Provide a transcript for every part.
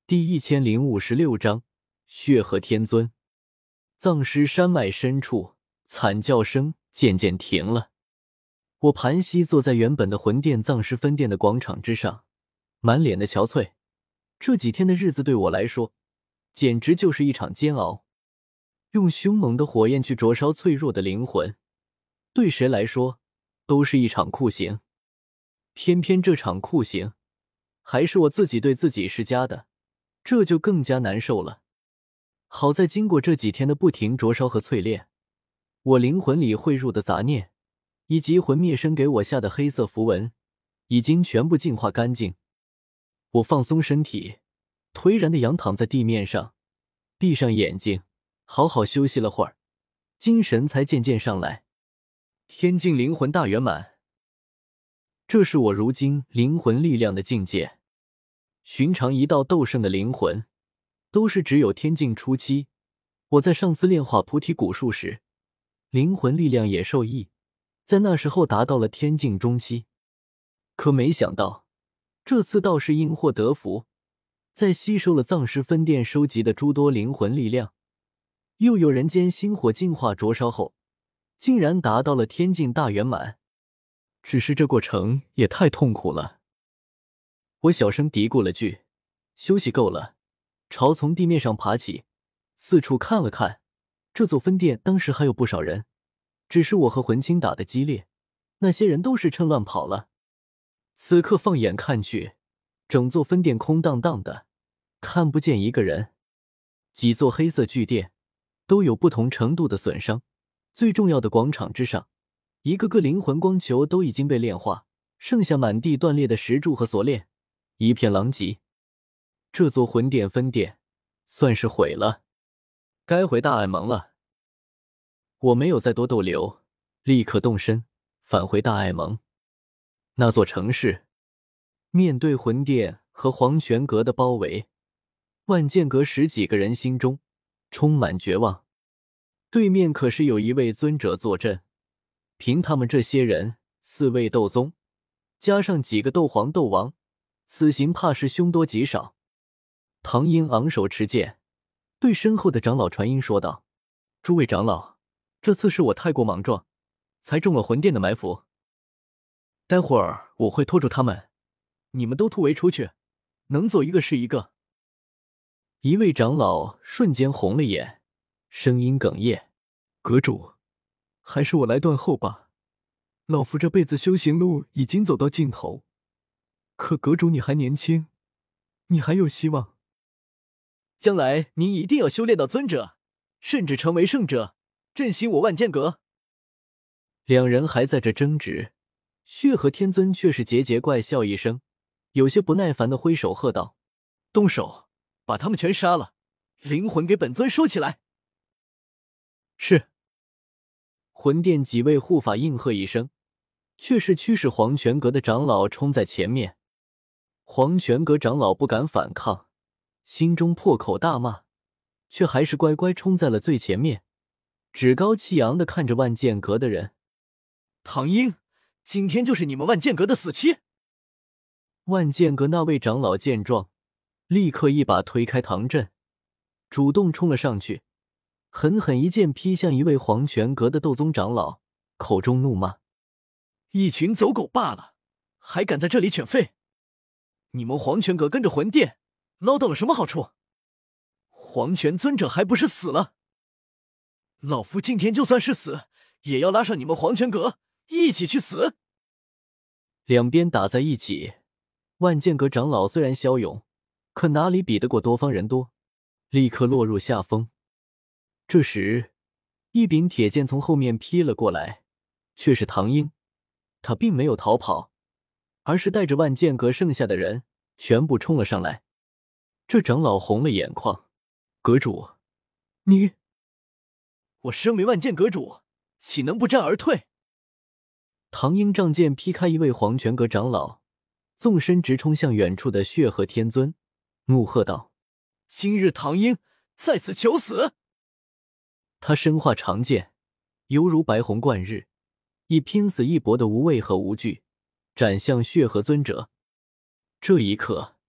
第1056章血河天尊。葬尸山脉深处，惨叫声渐渐停了。我盘膝坐在原本的魂殿葬尸分殿的广场之上，满脸的憔悴。这几天的日子对我来说，简直就是一场煎熬。用凶猛的火焰去灼烧脆弱的灵魂，对谁来说都是一场酷刑。偏偏这场酷刑，还是我自己对自己施加的。这就更加难受了。好在经过这几天的不停灼烧和淬炼，我灵魂里汇入的杂念，以及魂灭生给我下的黑色符文，已经全部净化干净。我放松身体，颓然地仰躺在地面上，闭上眼睛，好好休息了会儿，精神才渐渐上来。天境灵魂大圆满，这是我如今灵魂力量的境界。寻常一道斗圣的灵魂，都是只有天境初期。我在上次炼化菩提古树时，灵魂力量也受益，在那时候达到了天境中期。可没想到，这次倒是因祸得福，在吸收了葬尸分殿收集的诸多灵魂力量，又有人间星火净化灼烧后，竟然达到了天境大圆满。只是这过程也太痛苦了。我小声嘀咕了句，休息够了，朝从地面上爬起，四处看了看。这座分殿当时还有不少人，只是我和魂青打得激烈，那些人都是趁乱跑了。此刻放眼看去，整座分殿空荡荡的，看不见一个人。几座黑色巨殿都有不同程度的损伤，最重要的广场之上，一个个灵魂光球都已经被炼化，剩下满地断裂的石柱和锁链，一片狼藉。这座魂殿分殿算是毁了，该回大爱盟了。我没有再多逗留，立刻动身返回大爱盟。那座城市面对魂殿和黄泉阁的包围，万剑阁10几个人心中充满绝望。对面可是有一位尊者坐镇，凭他们这些人4位斗宗，加上几个斗皇斗王，此行怕是凶多吉少。唐英昂首持剑，对身后的长老传音说道：“诸位长老，这次是我太过莽撞，才中了魂殿的埋伏。待会儿我会拖住他们，你们都突围出去，能走一个是一个。”一位长老瞬间红了眼，声音哽咽：“阁主，还是我来断后吧。老夫这辈子修行路已经走到尽头，可阁主你还年轻，你还有希望。将来您一定要修炼到尊者，甚至成为圣者，振兴我万剑阁。”两人还在这争执，血河天尊却是桀桀怪笑一声，有些不耐烦地挥手喝道：“动手，把他们全杀了，灵魂给本尊收起来。”是。魂殿几位护法应和一声，却是驱使黄泉阁的长老冲在前面。黄泉阁长老不敢反抗，心中破口大骂，却还是乖乖冲在了最前面，趾高气扬地看着万剑阁的人：“唐英，今天就是你们万剑阁的死期！”万剑阁那位长老见状，立刻一把推开唐振，主动冲了上去，狠狠一剑劈向一位黄泉阁的斗宗长老，口中怒骂：“一群走狗罢了，还敢在这里犬吠！你们黄泉阁跟着魂殿捞到了什么好处？黄泉尊者还不是死了？老夫今天就算是死，也要拉上你们黄泉阁一起去死！”两边打在一起，万剑阁长老虽然骁勇，可哪里比得过多方人多，立刻落入下风。这时一柄铁剑从后面劈了过来，却是唐英。他并没有逃跑，而是带着万剑阁剩下的人全部冲了上来。这长老红了眼眶：“阁主，你……我身为万剑阁主，岂能不战而退？”唐英仗剑劈开一位黄泉阁长老，纵身直冲向远处的血河天尊，怒喝道：“今日唐英在此求死！”他身化长剑，犹如白虹贯日，以拼死一搏的无畏和无惧斩向血河尊者。这一刻，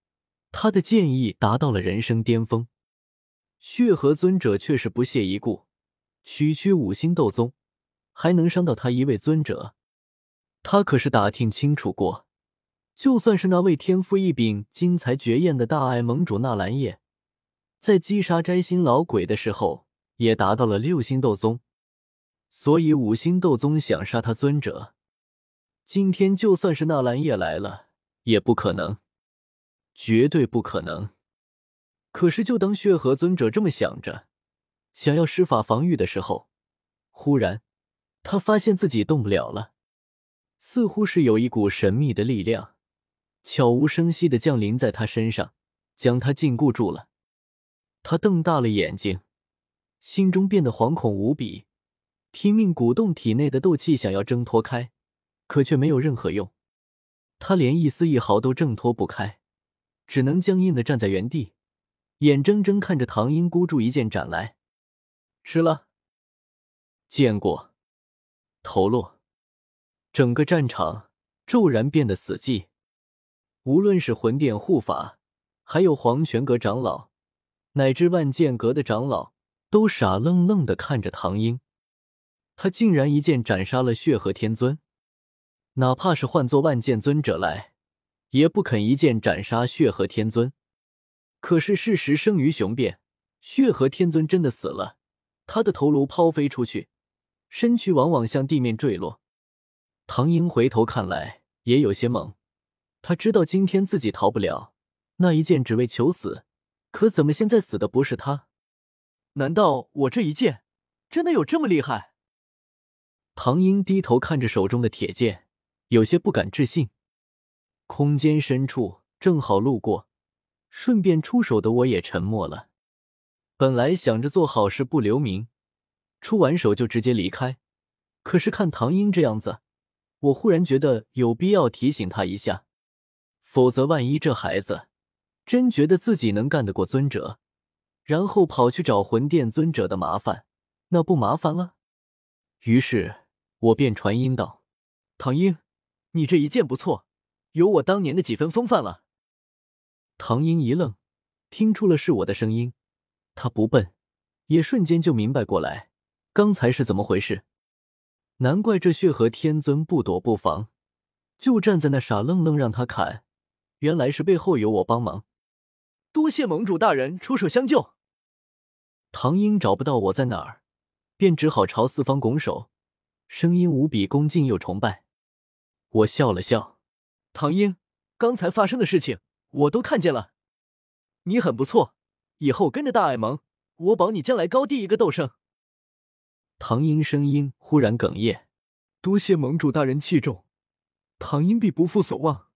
他的剑意达到了人生巅峰。血河尊者却是不屑一顾，区区5星斗宗还能伤到他一位尊者？他可是打听清楚过，就算是那位天赋异禀、精彩绝艳的大爱盟主纳兰叶，在击杀摘星老鬼的时候也达到了6星斗宗，所以5星斗宗想杀他尊者，今天就算是纳兰叶来了也不可能，绝对不可能。可是就当血河尊者这么想着，想要施法防御的时候，忽然他发现自己动不了了，似乎是有一股神秘的力量悄无声息地降临在他身上，将他禁锢住了。他瞪大了眼睛，心中变得惶恐无比，拼命鼓动体内的斗气想要挣脱开，可却没有任何用。他连一丝一毫都挣脱不开，只能僵硬地站在原地，眼睁睁看着唐英孤注一剑斩来。吃了。剑过，头落，整个战场骤然变得死寂。无论是魂殿护法，还有黄泉阁长老，乃至万剑阁的长老，都傻愣愣地看着唐英。他竟然一剑斩杀了血河天尊，哪怕是换作万剑尊者来，也不肯一剑斩杀血河天尊。可是事实胜于雄辩，血河天尊真的死了，他的头颅抛飞出去，身躯往向地面坠落。唐英回头看来也有些懵，他知道今天自己逃不了，那一剑只为求死，可怎么现在死的不是他？难道我这一剑真的有这么厉害？唐英低头看着手中的铁剑，有些不敢置信。空间深处正好路过，顺便出手的我也沉默了。本来想着做好事不留名，出完手就直接离开，可是看唐英这样子，我忽然觉得有必要提醒他一下，否则万一这孩子真觉得自己能干得过尊者，然后跑去找魂殿尊者的麻烦，那不麻烦了？于是我便传音道：唐英，你这一剑不错，有我当年的几分风范了。唐英一愣，听出了是我的声音，他不笨，也瞬间就明白过来刚才是怎么回事。难怪这血河天尊不躲不防，就站在那傻愣愣让他砍，原来是背后有我帮忙。多谢盟主大人出手相救。唐英找不到我在哪儿，便只好朝四方拱手，声音无比恭敬又崇拜。我笑了笑，唐英，刚才发生的事情我都看见了，你很不错，以后跟着大爱盟，我保你将来高第一个斗圣。唐英声音忽然哽咽，多谢盟主大人器重，唐英必不负所望。